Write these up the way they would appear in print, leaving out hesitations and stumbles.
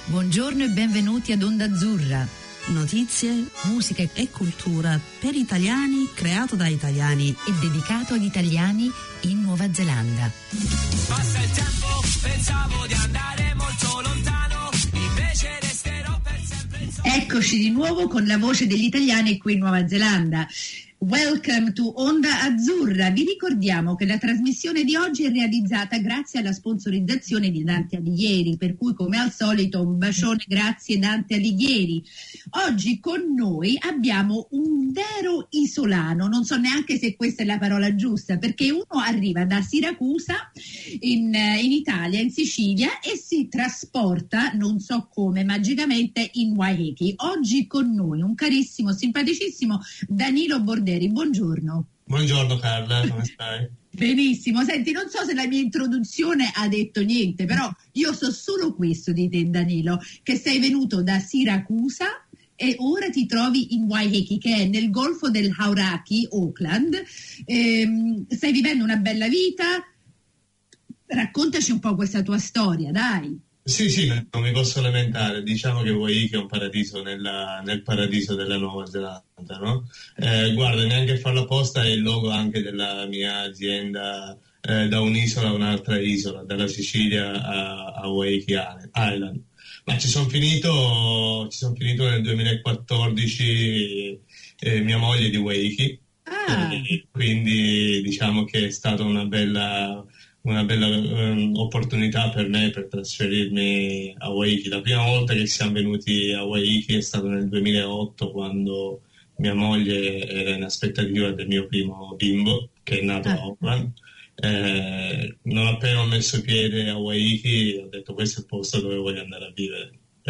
Buongiorno e benvenuti ad Onda Azzurra. Notizie, musica e cultura per italiani, creato da italiani e dedicato agli italiani in Nuova Zelanda. Passa il tempo, pensavo di andare molto lontano, invece resterò per sempre. Eccoci di nuovo con la voce degli italiani qui in Nuova Zelanda. Welcome to Onda Azzurra. Vi ricordiamo che la trasmissione di oggi è realizzata grazie alla sponsorizzazione di Dante Alighieri, per cui come al solito un bacione, grazie Dante Alighieri. Oggi con noi abbiamo un vero isolano, non so neanche se questa è la parola giusta, perché uno arriva da Siracusa in Italia, in Sicilia, e si trasporta, non so come, magicamente in Waiheke. Oggi con noi un carissimo, simpaticissimo Danilo Borderi. Buongiorno. Buongiorno Carla, come stai? Benissimo, senti, non so se la mia introduzione ha detto niente, però io so solo questo di te, Danilo, che sei venuto da Siracusa e ora ti trovi in Waiheke, che è nel golfo del Hauraki, Auckland. Stai vivendo una bella vita, raccontaci un po' questa tua storia, dai. Sì, non mi posso lamentare. Diciamo che Waiheke è un paradiso nel paradiso della Nuova Zelanda, no? Guarda, neanche a farlo apposta, è il logo anche della mia azienda, da un'isola a un'altra isola, dalla Sicilia a Waiheke Island. Ma ci sono finito nel 2014, mia moglie è di Waiheke, quindi diciamo che è stata una bella opportunità per me per trasferirmi a Waiheke. La prima volta che siamo venuti a Waiheke è stato nel 2008, quando mia moglie era in aspettativa del mio primo bimbo, che è nato a Auckland. Non appena ho messo piede a Waiheke ho detto: questo è il posto dove voglio andare a vivere.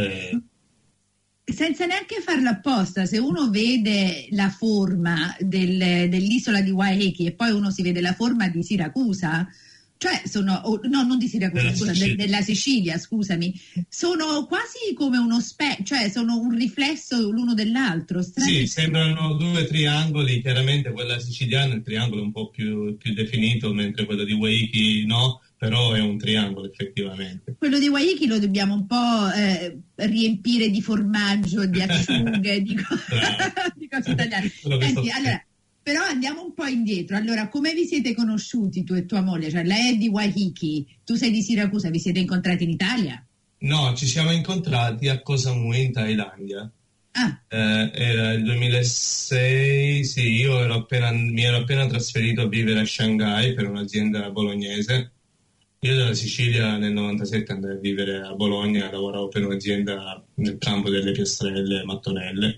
Senza neanche farlo apposta, se uno vede la forma dell'isola di Waiheke e poi uno si vede la forma di Siracusa, cioè non di Siracusa, della Sicilia, scusami, sono quasi come uno cioè sono un riflesso l'uno dell'altro. Sì, sembrano due triangoli. Chiaramente quella siciliana, il triangolo è un po' più definito, mentre quello di Waiheke no, però è un triangolo effettivamente. Quello di Waiheke lo dobbiamo un po' riempire di formaggio, di acciughe, di cose italiane. Senti, allora, però andiamo un po' indietro. Allora, come vi siete conosciuti tu e tua moglie? Cioè, lei è di Waiheke, tu sei di Siracusa, vi siete incontrati in Italia? No, ci siamo incontrati a Koh Samui in Thailandia. Era il 2006, sì, mi ero appena trasferito a vivere a Shanghai per un'azienda bolognese. Io dalla Sicilia nel 97 andai a vivere a Bologna, lavoravo per un'azienda nel campo delle piastrelle, mattonelle.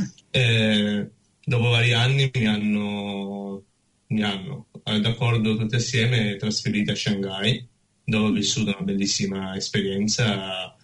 Dopo vari anni mi hanno, d'accordo tutti assieme, trasferiti a Shanghai, dove ho vissuto una bellissima esperienza.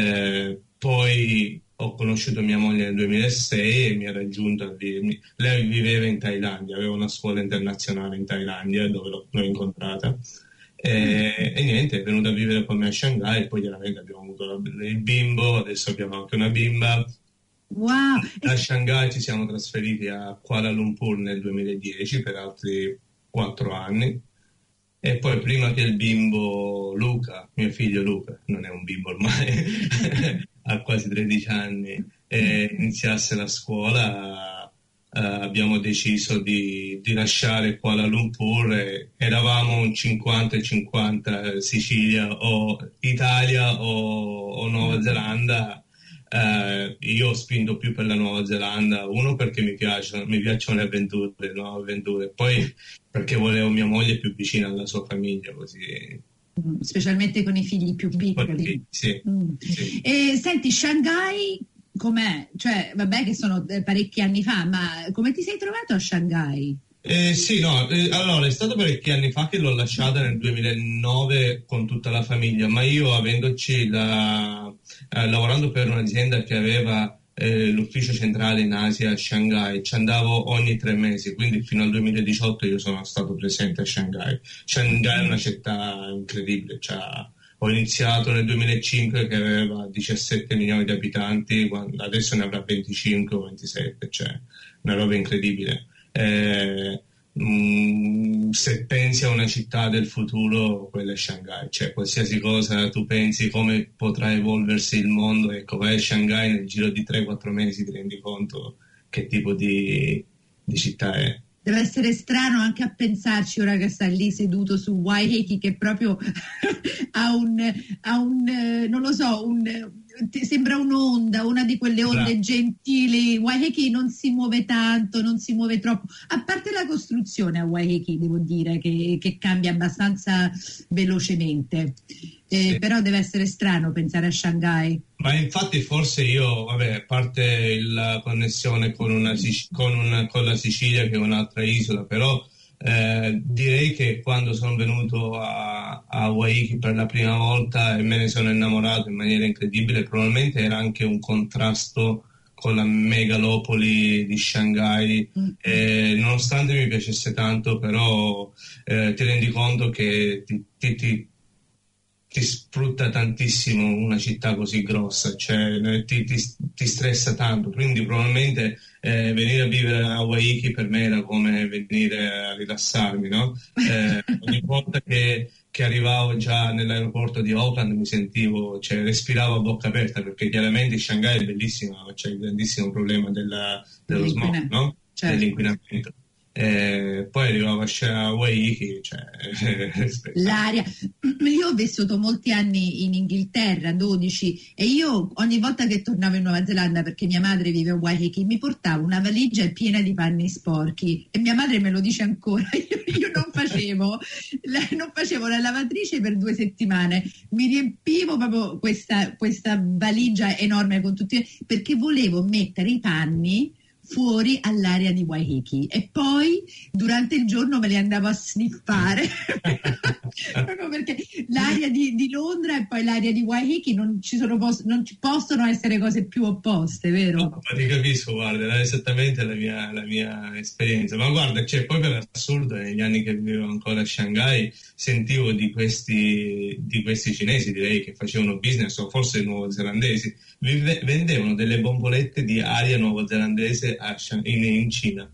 Poi ho conosciuto mia moglie nel 2006 e mi ha raggiunto a dirmi. Lei viveva in Thailandia, aveva una scuola internazionale in Thailandia dove l'ho incontrata. E niente, è venuta a vivere con me a Shanghai, e poi chiaramente abbiamo avuto il bimbo, adesso abbiamo anche una bimba. Wow. Da Shanghai ci siamo trasferiti a Kuala Lumpur nel 2010 per altri 4 anni, e poi prima che il bimbo Luca, mio figlio Luca, non è un bimbo ormai, ha quasi 13 anni, iniziasse la scuola, abbiamo deciso di lasciare Kuala Lumpur. Eravamo un 50-50, Sicilia o Italia o Nuova Zelanda. Io ho spinto più per la Nuova Zelanda, uno perché mi piacciono le nuove avventure, poi perché volevo mia moglie più vicina alla sua famiglia, così. Specialmente con i figli più piccoli. Sì. E senti, Shanghai com'è? Cioè, vabbè che sono parecchi anni fa, ma come ti sei trovato a Shanghai? Allora è stato parecchi anni fa che l'ho lasciata nel 2009 con tutta la famiglia, ma io lavorando per un'azienda che aveva l'ufficio centrale in Asia a Shanghai, ci andavo ogni 3 mesi, quindi fino al 2018 io sono stato presente a Shanghai. Shanghai è una città incredibile, ho iniziato nel 2005 che aveva 17 milioni di abitanti, adesso ne avrà 25 o 27, cioè una roba incredibile. se pensi a una città del futuro, quella è Shanghai, cioè qualsiasi cosa tu pensi come potrà evolversi il mondo, ecco, vai a Shanghai nel giro di 3-4 mesi ti rendi conto che tipo di città è. Deve essere strano anche a pensarci ora che sta lì seduto su Waiheke, che proprio ha non lo so, sembra un'onda, una di quelle onde gentili. Waiheke non si muove tanto, non si muove troppo, a parte la costruzione a Waiheke, devo dire che cambia abbastanza velocemente. Però deve essere strano pensare a Shanghai. Ma infatti forse io, vabbè, a parte la connessione con la Sicilia, che è un'altra isola, però direi che quando sono venuto a Waiheke per la prima volta e me ne sono innamorato in maniera incredibile, probabilmente era anche un contrasto con la megalopoli di Shanghai, nonostante mi piacesse tanto, però ti rendi conto che ti sfrutta tantissimo una città così grossa, cioè ti stressa tanto, quindi probabilmente venire a vivere a Waiheke per me era come venire a rilassarmi, no? Ogni volta che arrivavo già nell'aeroporto di Auckland mi sentivo, cioè respiravo a bocca aperta, perché chiaramente Shanghai è bellissima, ma c'è il grandissimo problema dello smog, no? Certo. Dell'inquinamento. Poi arrivavo a Waiheke, cioè l'aria. Io ho vissuto molti anni in Inghilterra, 12, e io ogni volta che tornavo in Nuova Zelanda, perché mia madre vive a Waiheke, mi portavo una valigia piena di panni sporchi, e mia madre me lo dice ancora. Io non facevo la lavatrice per 2 settimane, mi riempivo proprio questa valigia enorme con tutti, perché volevo mettere i panni fuori all'area di Waiheke, e poi durante il giorno me li andavo a sniffare proprio perché l'area di Londra e poi l'area di Waiheke non ci possono essere cose più opposte, vero? No, ma ti capisco, guarda, era esattamente la mia esperienza, ma guarda, cioè, poi per assurdo negli anni che vivevo ancora a Shanghai sentivo di questi cinesi, direi, che facevano business, o forse neozelandesi, vendevano delle bombolette di aria neozelandese in Cina,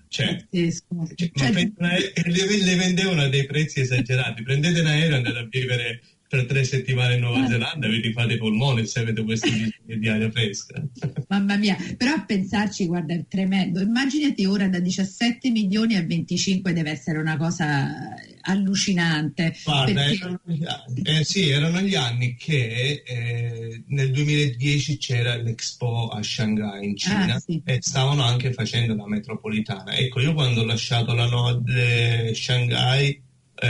le vendevano a dei prezzi esagerati. Prendete un aereo e andate a vivere per 3 settimane in Nuova Zelanda e vi fate i polmoni se avete questo bisogno di aria fresca. Mamma mia, però a pensarci, guarda, è tremendo. Immaginati ora da 17 milioni a 25, deve essere una cosa allucinante. Guarda, perché... erano gli anni che nel 2010 c'era l'Expo a Shanghai in Cina, e stavano anche facendo la metropolitana. Ecco, io quando ho lasciato Shanghai,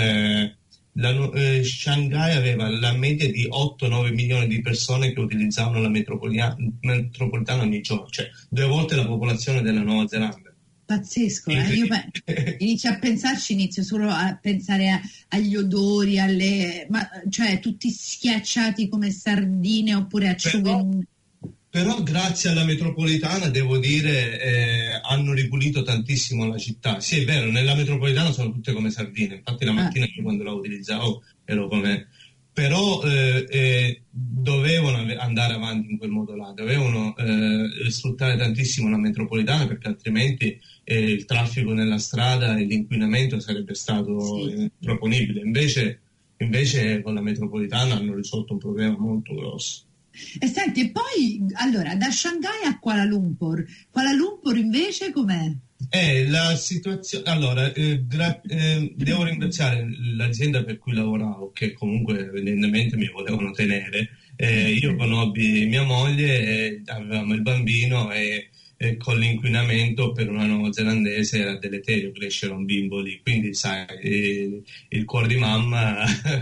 Shanghai aveva la media di 8-9 milioni di persone che utilizzavano la metropolitana ogni giorno, cioè 2 volte la popolazione della Nuova Zelanda. Pazzesco, io inizio a pensarci, inizio solo a pensare agli odori, cioè tutti schiacciati come sardine oppure acciughe. Però grazie alla metropolitana, devo dire, hanno ripulito tantissimo la città. Sì, è vero, nella metropolitana sono tutte come sardine, infatti la mattina io quando la utilizzavo ero come... Però dovevano andare avanti in quel modo là, dovevano sfruttare tantissimo la metropolitana, perché altrimenti il traffico nella strada e l'inquinamento sarebbe stato improponibile. Invece con la metropolitana hanno risolto un problema molto grosso. E senti, e poi allora da Shanghai a Kuala Lumpur invece com'è? La situazione, allora, devo ringraziare l'azienda per cui lavoravo, che comunque evidentemente mi volevano tenere. Io conobbi mia moglie, avevamo il bambino e con l'inquinamento per una neozelandese era deleterio crescere un bimbo lì, quindi sai, il cuore di mamma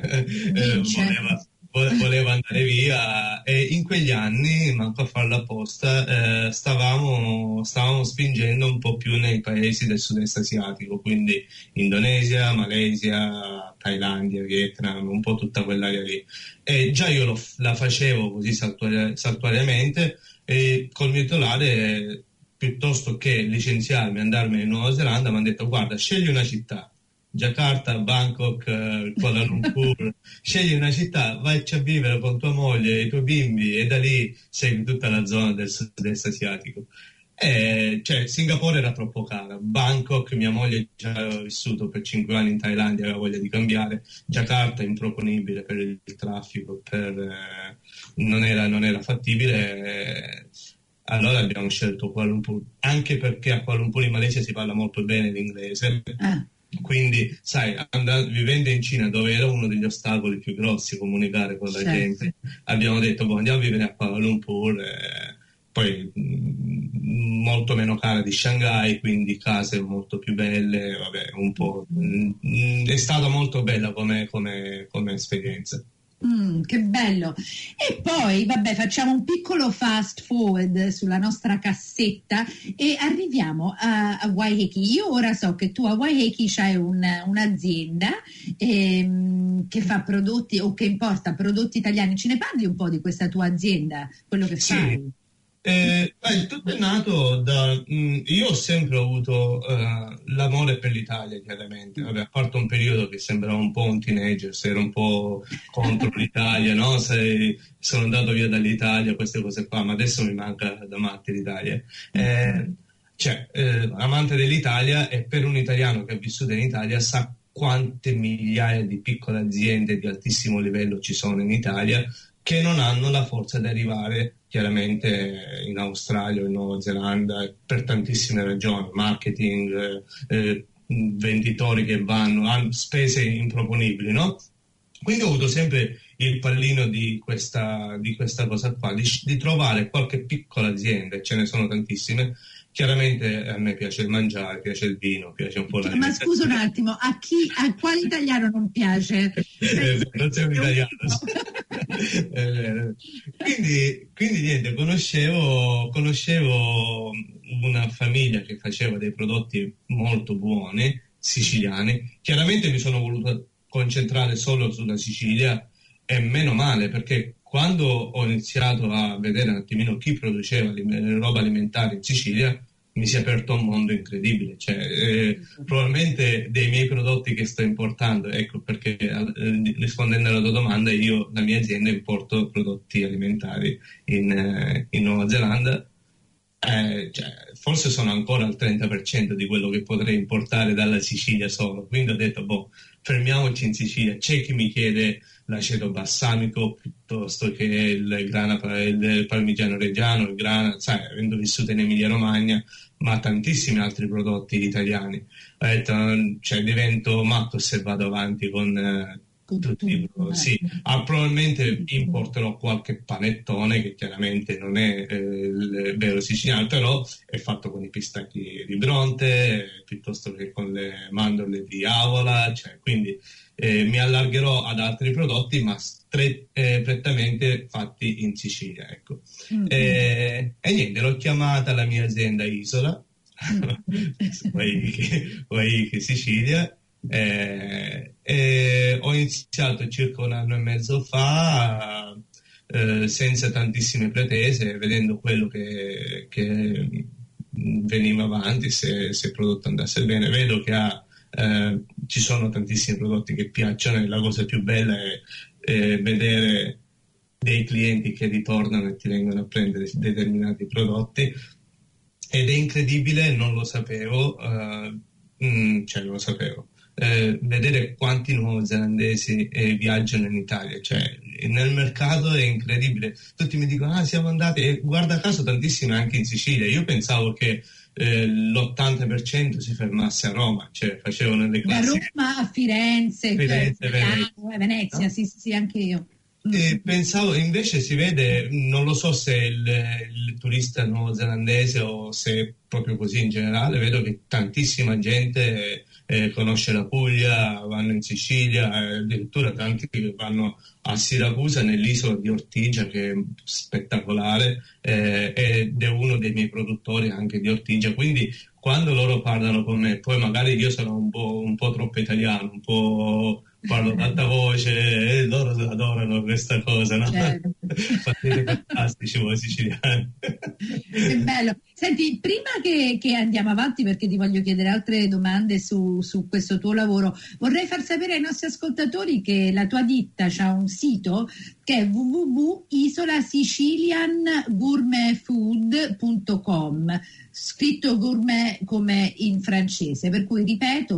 voleva andare via, e in quegli anni, manco a farlo apposta, stavamo spingendo un po' più nei paesi del sud-est asiatico, quindi Indonesia, Malesia, Thailandia, Vietnam, un po' tutta quell'area lì. E già io la facevo così saltuariamente, e col mio titolare, piuttosto che licenziarmi e andarmene in Nuova Zelanda, mi hanno detto: guarda, scegli una città, Jakarta, Bangkok, Kuala Lumpur, scegli una città, vaici a vivere con tua moglie e i tuoi bimbi, e da lì segui tutta la zona del sud-est asiatico. Cioè, Singapore era troppo cara, Bangkok, mia moglie già aveva vissuto per 5 anni in Thailandia, aveva voglia di cambiare, Giacarta improponibile per il traffico, non era fattibile, allora abbiamo scelto Kuala Lumpur, anche perché a Kuala Lumpur in Malesia si parla molto bene l'inglese. Quindi, sai, vivendo in Cina, dove era uno degli ostacoli più grossi comunicare con la gente, abbiamo detto, andiamo a vivere a Kuala Lumpur, poi molto meno cara di Shanghai, quindi case molto più belle, vabbè, un po'. È stata molto bella come esperienza. Che bello. E poi, vabbè, facciamo un piccolo fast forward sulla nostra cassetta e arriviamo a Waiheke. Io ora so che tu a Waiheke c'hai un'azienda che fa prodotti o che importa prodotti italiani. Ce ne parli un po' di questa tua azienda, quello che fai? Tutto è nato io ho sempre avuto l'amore per l'Italia, chiaramente. Vabbè, a parte un periodo che sembrava un po' un teenager, ero un po' contro l'Italia, no? Sono andato via dall'Italia, queste cose qua, ma adesso mi manca da matti l'Italia. Amante dell'Italia, e per un italiano che ha vissuto in Italia sa quante migliaia di piccole aziende di altissimo livello ci sono in Italia, che non hanno la forza di arrivare chiaramente in Australia o in Nuova Zelanda per tantissime ragioni, marketing, venditori che hanno spese improponibili, no? Quindi ho avuto sempre il pallino di questa cosa qua, di trovare qualche piccola azienda, ce ne sono tantissime. Chiaramente a me piace il mangiare, piace il vino, piace un po' la... Ma scusa un attimo, a quale italiano non piace? Non sei un italiano. Quindi niente, conoscevo una famiglia che faceva dei prodotti molto buoni, siciliani. Chiaramente mi sono voluto concentrare solo sulla Sicilia, e meno male, perché quando ho iniziato a vedere un attimino chi produceva roba alimentare in Sicilia, mi si è aperto un mondo incredibile. Probabilmente dei miei prodotti che sto importando, ecco perché rispondendo alla tua domanda, la mia azienda importo prodotti alimentari in Nuova Zelanda. Forse sono ancora al 30% di quello che potrei importare dalla Sicilia solo, quindi ho detto fermiamoci in Sicilia. C'è chi mi chiede l'aceto balsamico piuttosto che il parmigiano reggiano, il grana, sai, avendo vissuto in Emilia Romagna, ma tantissimi altri prodotti italiani. Ho detto, divento matto se vado avanti con tutti. Sì, probabilmente importerò qualche panettone che chiaramente non è il vero siciliano, però è fatto con i pistacchi di Bronte piuttosto che con le mandorle di Avola, quindi mi allargherò ad altri prodotti, ma prettamente fatti in Sicilia, ecco. E niente, l'ho chiamata la mia azienda Isola, Waiheke Sicilia. Ho iniziato circa 1 anno e mezzo fa, senza tantissime pretese, vedendo quello che veniva avanti, se il prodotto andasse bene. Vedo che ci sono tantissimi prodotti che piacciono, e la cosa più bella è vedere dei clienti che ritornano e ti vengono a prendere determinati prodotti, ed è incredibile, non lo sapevo, vedere quanti neozelandesi viaggiano in Italia, nel mercato è incredibile. Tutti mi dicono siamo andati, e guarda caso tantissimi anche in Sicilia. Io pensavo che l'80% si fermasse a Roma, facevano le classi da Roma a Firenze, Venezia, no? Sì, anche io. Pensavo, invece si vede, non lo so se il turista neozelandese o se proprio così in generale, vedo che tantissima gente conosce la Puglia, vanno in Sicilia, addirittura tanti che vanno a Siracusa, nell'isola di Ortigia, che è spettacolare, ed è uno dei miei produttori anche di Ortigia. Quindi quando loro parlano con me, poi magari io sono un po' troppo italiano, un po' parlo ad alta voce, e loro adorano questa cosa, no? Certo. Siete fantastici voi siciliani. Che bello. Senti, prima che andiamo avanti, perché ti voglio chiedere altre domande su questo tuo lavoro, vorrei far sapere ai nostri ascoltatori che la tua ditta c'ha un sito che è www.isolasiciliangourmetfood.com, scritto gourmet come in francese, per cui ripeto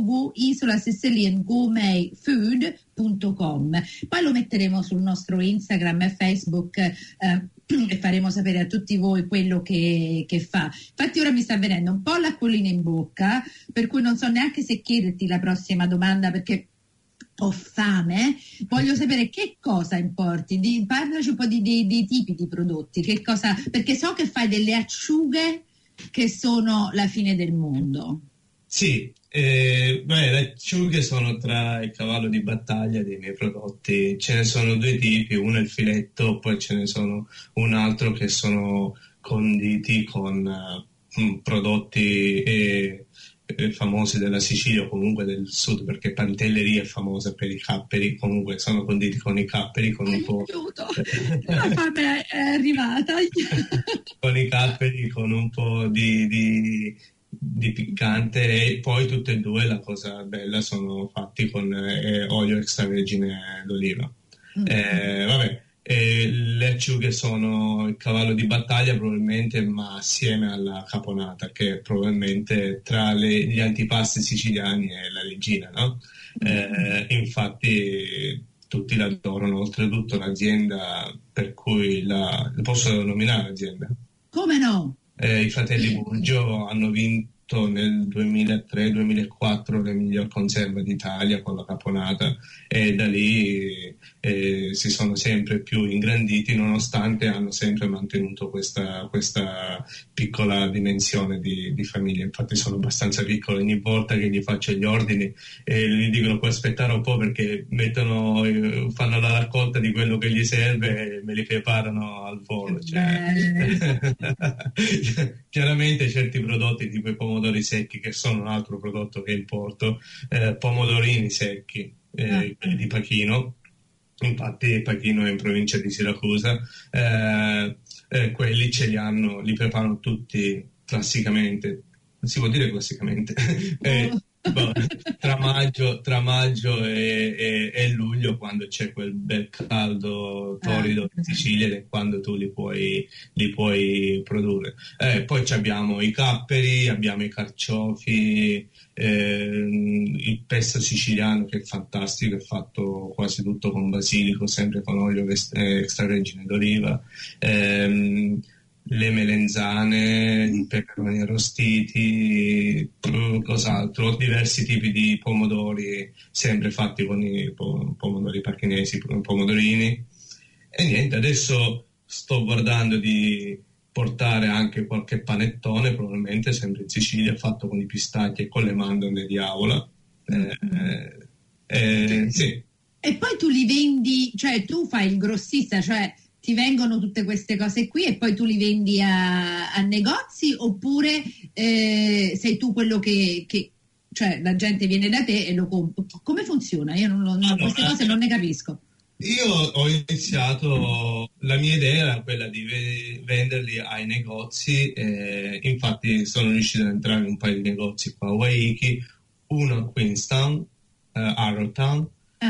www.isolasiciliangourmetfood.com. Poi lo metteremo sul nostro Instagram e Facebook e faremo sapere a tutti voi quello che fa. Infatti ora mi sta venendo un po' l'acquolina in bocca, per cui non so neanche se chiederti la prossima domanda, perché ho fame. Voglio sapere che cosa importi, parlaci un po' dei tipi di prodotti, che cosa, perché so che fai delle acciughe che sono la fine del mondo. Sì, le acciughe sono tra il cavallo di battaglia dei miei prodotti. Ce ne sono due tipi, uno è il filetto, poi ce ne sono un altro che sono conditi con prodotti famosi della Sicilia o comunque del sud, perché Pantelleria è famosa per i capperi, comunque sono conditi con i capperi, con un po'... La fame è arrivata! con i capperi, con un po' di piccante, e poi tutte e due, la cosa bella, sono fatti con olio extravergine d'oliva. Le acciughe sono il cavallo di battaglia probabilmente, ma assieme alla caponata, che probabilmente tra gli antipasti siciliani è la regina, no? Infatti tutti la adorano, oltretutto l'azienda per cui posso nominare l'azienda? Come no? I fratelli Burgio hanno vinto nel 2003-2004 le miglior conserva d'Italia con la caponata, e da lì si sono sempre più ingranditi, nonostante hanno sempre mantenuto questa piccola dimensione di famiglia. Infatti sono abbastanza piccoli, ogni volta che gli faccio gli ordini gli dicono puoi aspettare un po' perché fanno la raccolta di quello che gli serve e me li preparano al volo. Chiaramente certi prodotti tipo i pomodori secchi, che sono un altro prodotto che importo, pomodorini secchi, quelli di Pachino, infatti Pachino è in provincia di Siracusa, quelli li preparano tutti classicamente, si può dire classicamente, tra maggio e luglio, quando c'è quel bel caldo torrido in Sicilia, ed è quando tu li puoi produrre. Poi abbiamo i capperi, abbiamo i carciofi, il pesto siciliano che è fantastico, è fatto quasi tutto con basilico, sempre con olio extravergine d'oliva, le melenzane, i peperoni arrostiti, cos'altro, diversi tipi di pomodori, sempre fatti con i pomodori pachinesi, pomodorini. E niente, adesso sto guardando di portare anche qualche panettone, probabilmente sempre in Sicilia, fatto con i pistacchi e con le mandorle di Avola. Sì. E poi tu li vendi, cioè tu fai il grossista, cioè ti vengono tutte queste cose qui e poi tu li vendi a negozi, oppure sei tu quello che cioè la gente viene da te e lo compra? Come funziona? Io queste cose non ne capisco. Io ho iniziato, la mia idea era quella di venderli ai negozi, infatti sono riuscito ad entrare in un paio di negozi qua a Waikiki, uno a Queenstown, Arrowtown,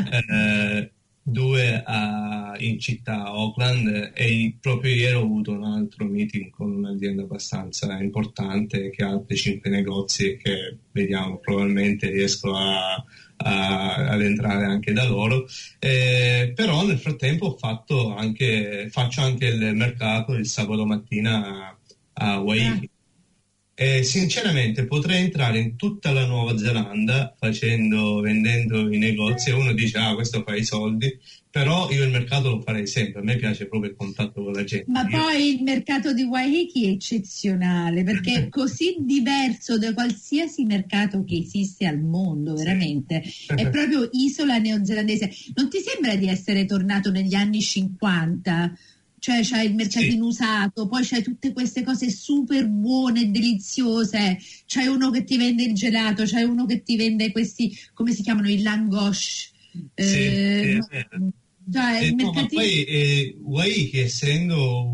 due in città Auckland, e proprio ieri ho avuto un altro meeting con un'azienda abbastanza importante che ha altri 5 negozi che vediamo, probabilmente riesco ad entrare anche da loro, però nel frattempo faccio anche il mercato il sabato mattina a Waikiki. Sinceramente potrei entrare in tutta la Nuova Zelanda vendendo i negozi, e uno dice questo fa i soldi, però io il mercato lo farei sempre, a me piace proprio il contatto con la gente. Ma poi il mercato di Waikiki è eccezionale, perché è così diverso da qualsiasi mercato che esiste al mondo, veramente. È proprio isola neozelandese. Non ti sembra di essere tornato negli anni 50? Cioè c'hai il mercatino usato, poi c'hai tutte queste cose super buone e deliziose, c'hai uno che ti vende il gelato, c'hai uno che ti vende questi, come si chiamano, i langosh. Cioè, mercatino... poi Waikiki, essendo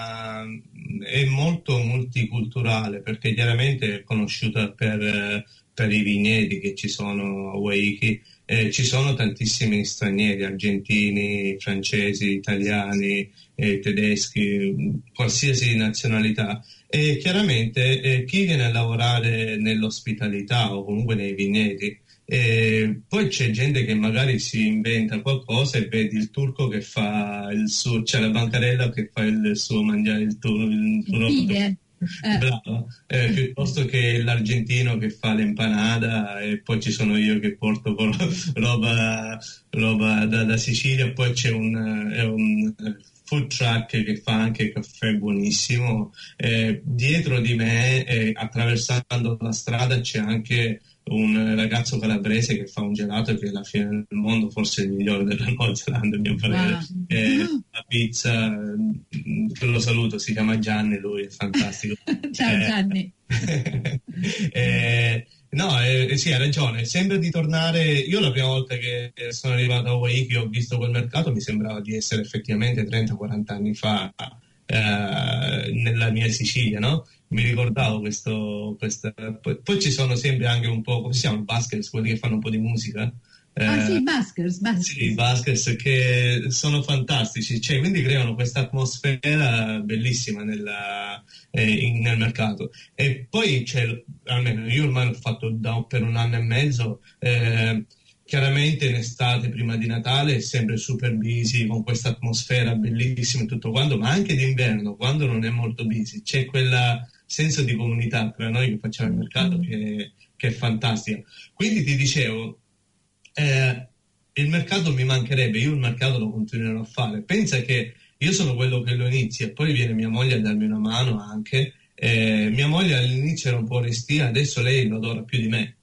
è molto multiculturale, perché chiaramente è conosciuta per per i vigneti che ci sono a Waikiki, ci sono tantissimi stranieri, argentini, francesi, italiani, tedeschi, qualsiasi nazionalità. E chiaramente chi viene a lavorare nell'ospitalità o comunque nei vigneti, poi c'è gente che magari si inventa qualcosa e vedi il turco che fa il suo, c'è la bancarella che fa il suo mangiare il turco. Bravo, piuttosto che l'argentino che fa l'empanada, e poi ci sono io che porto roba da Sicilia. Poi c'è un food truck che fa anche caffè buonissimo. Dietro di me, attraversando la strada, c'è anche un ragazzo calabrese che fa un gelato che è la fine del mondo, forse il migliore della Nuova Zelanda, a mio parere. La pizza, lo saluto, si chiama Gianni, lui è fantastico. Ciao Gianni. Sì, hai ragione, sembra di tornare. Io la prima volta che sono arrivato a Waikiki ho visto quel mercato, mi sembrava di essere effettivamente 30-40 anni fa nella mia Sicilia, no? Mi ricordavo poi ci sono sempre anche un po', come si chiamano, buskers, quelli che fanno un po' di musica. Sì, buskers. Sì, i buskers che sono fantastici, cioè, quindi creano questa atmosfera bellissima nel mercato. E poi almeno io ormai l'ho fatto per 1 anno e mezzo. Chiaramente in estate, prima di Natale, è sempre super busy, con questa atmosfera bellissima e tutto quanto, ma anche d'inverno, quando non è molto busy, c'è quel senso di comunità tra noi che facciamo il mercato che è fantastica. Quindi ti dicevo, il mercato mi mancherebbe, io il mercato lo continuerò a fare. Pensa che io sono quello che lo inizia e poi viene mia moglie a darmi una mano anche. Mia moglie all'inizio era un po' restia, adesso lei lo adora più di me.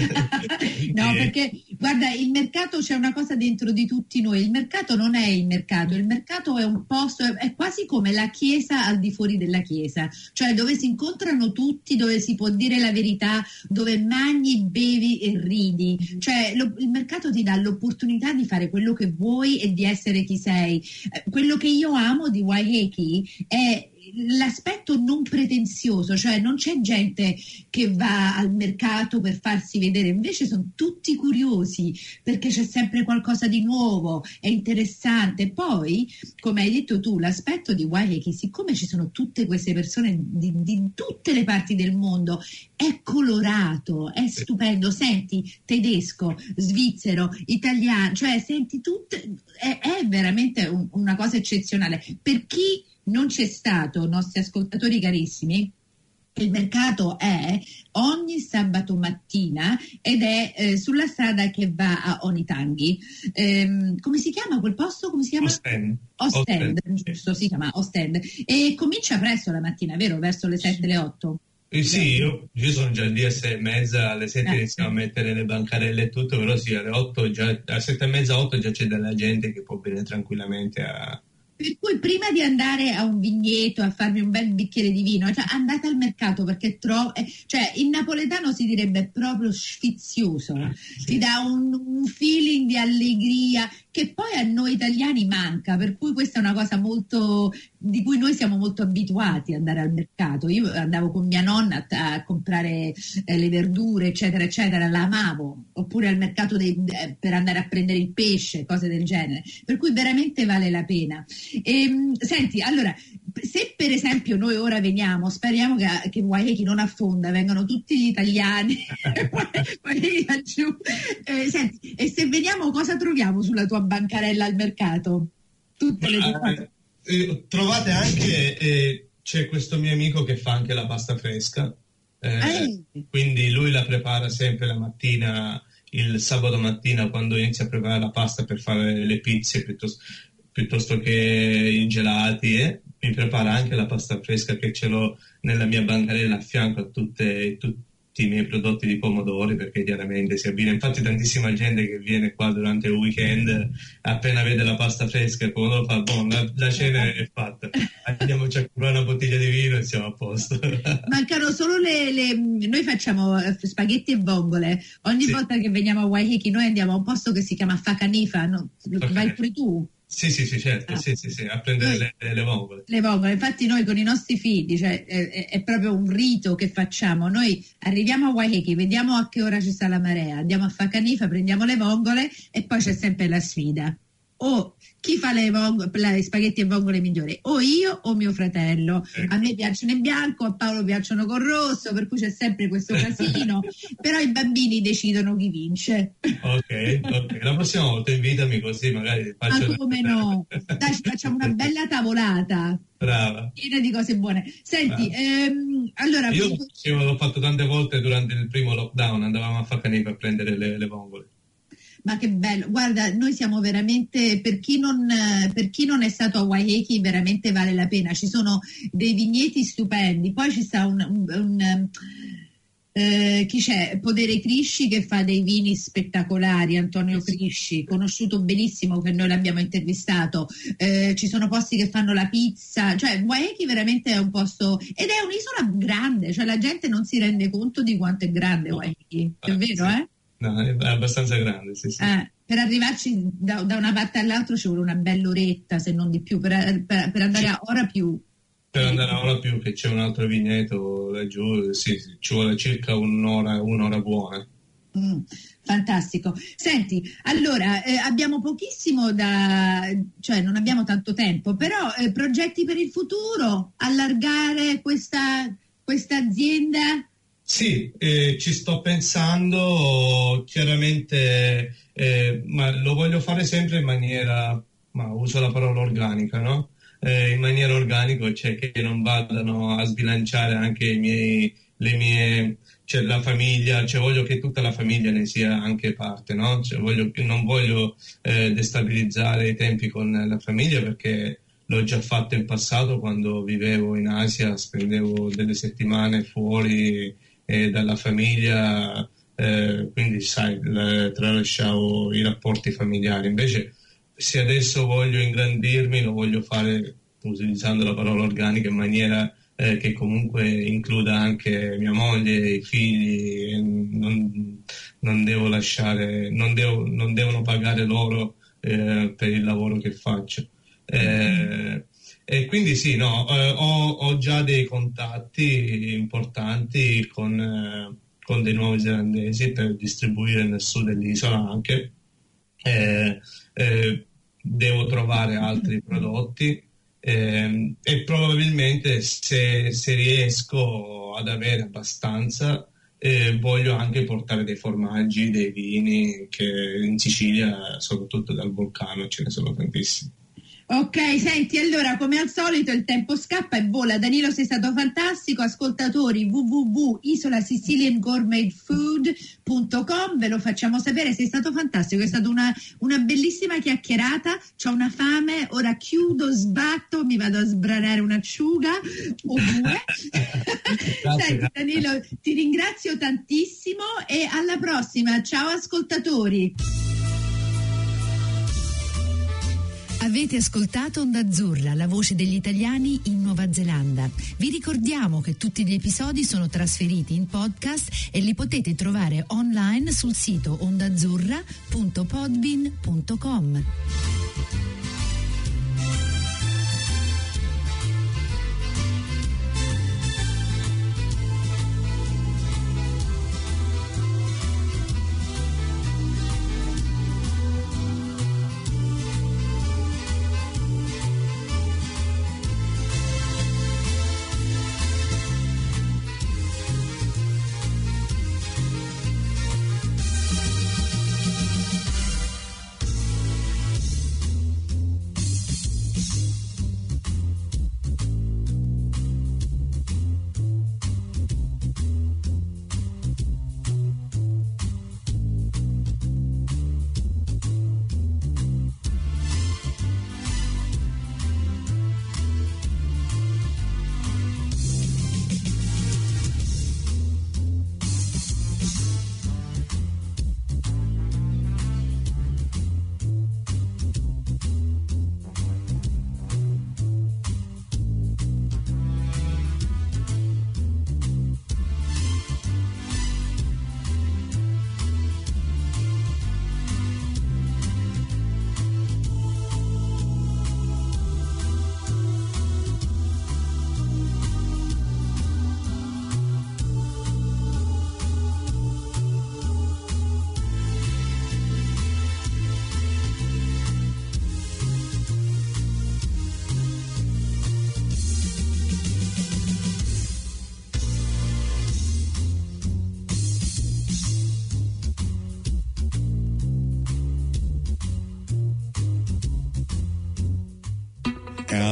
No, perché guarda, il mercato, c'è una cosa dentro di tutti noi. Il mercato non è il mercato è un posto, è quasi come la chiesa al di fuori della chiesa, cioè dove si incontrano tutti, dove si può dire la verità, dove mangi, bevi e ridi. Cioè il mercato ti dà l'opportunità di fare quello che vuoi e di essere chi sei. Quello che io amo di Waikiki è l'aspetto non pretenzioso, cioè non c'è gente che va al mercato per farsi vedere, invece sono tutti curiosi perché c'è sempre qualcosa di nuovo, è interessante. Poi, come hai detto tu, l'aspetto di Waikiki, siccome ci sono tutte queste persone di tutte le parti del mondo, è colorato, è stupendo, senti tedesco, svizzero, italiano, cioè senti tutte, è veramente una cosa eccezionale. Per chi non c'è stato, nostri ascoltatori carissimi, il mercato è ogni sabato mattina ed è sulla strada che va a Onitanghi. Come si chiama quel posto? Come si chiama? Ostend, giusto, si chiama Ostend. E comincia presto la mattina, vero? Verso le 7, le 8? Sì, io sono già lì a 6:30, alle 7 iniziamo a mettere le bancarelle e tutto, però sì, alle 8 già, a 7:30, 8 già c'è della gente che può venire tranquillamente a... Per cui prima di andare a un vigneto a farmi un bel bicchiere di vino, cioè andate al mercato, perché cioè in napoletano si direbbe proprio sfizioso, ti dà un feeling di allegria che poi a noi italiani manca, per cui questa è una cosa di cui noi siamo molto abituati ad andare al mercato. Io andavo con mia nonna a comprare le verdure, eccetera, eccetera, la amavo, oppure al mercato per andare a prendere il pesce, cose del genere, per cui veramente vale la pena. Senti, allora, se per esempio noi ora veniamo, speriamo che Waikiki non affonda, vengano tutti gli italiani poi laggiù, senti, e se veniamo cosa troviamo sulla tua bancarella al mercato? Tutte le cose. Trovate anche, c'è questo mio amico che fa anche la pasta fresca, quindi lui la prepara sempre la mattina, il sabato mattina, quando inizia a preparare la pasta per fare le pizze piuttosto che i gelati, mi prepara anche la pasta fresca che ce l'ho nella mia bancarella a fianco a tutti i miei prodotti di pomodori, perché chiaramente si abbina. Infatti tantissima gente che viene qua durante il weekend, appena vede la pasta fresca, il pomodoro fa la cena è fatta, andiamoci a comprare una bottiglia di vino e siamo a posto. Mancano solo noi facciamo spaghetti e vongole ogni volta che veniamo a Waikiki. Noi andiamo a un posto che si chiama Fakanifa, no? Vai pure tu? Sì, certo, sì, a prendere le vongole. Le vongole, infatti noi con i nostri figli, cioè, è proprio un rito che facciamo. Noi arriviamo a Waiheke, vediamo a che ora ci sta la marea, andiamo a Fakanifa, prendiamo le vongole e poi c'è sempre la sfida. O chi fa le spaghetti e vongole migliori, o io o mio fratello. A me piacciono in bianco, a Paolo piacciono con rosso, per cui c'è sempre questo casino. Però i bambini decidono chi vince. Ok, la prossima volta invitami, così magari faccio... Ma come no? Dai, ci facciamo una bella tavolata. Brava. Piena di cose buone. Senti, allora... Io l'ho fatto tante volte durante il primo lockdown, andavamo a Fakanifa a prendere le vongole. Ma che bello, guarda, noi siamo veramente, per chi non è stato a Waiheke, veramente vale la pena. Ci sono dei vigneti stupendi, poi ci sta chi c'è? Podere Crisci che fa dei vini spettacolari, Antonio Crisci, conosciuto benissimo, che noi l'abbiamo intervistato. Ci sono posti che fanno la pizza, cioè Waiheke veramente è un posto, ed è un'isola grande, cioè la gente non si rende conto di quanto è grande Waiheke, è vero, sì. No, è abbastanza grande, sì. Per arrivarci da una parte all'altra ci vuole una bella oretta, se non di più, per andare a ora più. Per andare a ora più, che c'è un altro vigneto laggiù, sì, ci vuole circa un'ora buona. Fantastico. Senti, allora, abbiamo pochissimo cioè non abbiamo tanto tempo, però progetti per il futuro, allargare questa azienda? Sì, ci sto pensando, chiaramente, ma lo voglio fare sempre in maniera, ma uso la parola organica, no? In maniera organica, cioè che non vadano a sbilanciare anche cioè la famiglia, cioè voglio che tutta la famiglia ne sia anche parte, no? Cioè non voglio destabilizzare i tempi con la famiglia, perché l'ho già fatto in passato quando vivevo in Asia, spendevo delle settimane fuori dalla famiglia, quindi sai, tralasciavo i rapporti familiari. Invece se adesso voglio ingrandirmi, lo voglio fare utilizzando la parola organica, in maniera che comunque includa anche mia moglie, i figli, non devo lasciare, non devono pagare loro per il lavoro che faccio. E quindi sì, no, ho già dei contatti importanti con dei nuovi zelandesi per distribuire nel sud dell'isola anche. Devo trovare altri prodotti e probabilmente se riesco ad avere abbastanza voglio anche portare dei formaggi, dei vini, che in Sicilia, soprattutto dal Vulcano, ce ne sono tantissimi. Ok, senti, allora come al solito il tempo scappa e vola. Danilo, sei stato fantastico. Ascoltatori, www.isolasicilianggourmetfood.com, ve lo facciamo sapere, sei stato fantastico, è stata una bellissima chiacchierata. C'ho una fame, ora chiudo, sbatto, mi vado a sbranare un'acciuga o due. Senti Danilo, ti ringrazio tantissimo e alla prossima. Ciao ascoltatori. Avete ascoltato Onda Azzurra, la voce degli italiani in Nuova Zelanda. Vi ricordiamo che tutti gli episodi sono trasferiti in podcast e li potete trovare online sul sito ondaazzurra.podbean.com.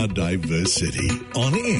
Biodiversity on air.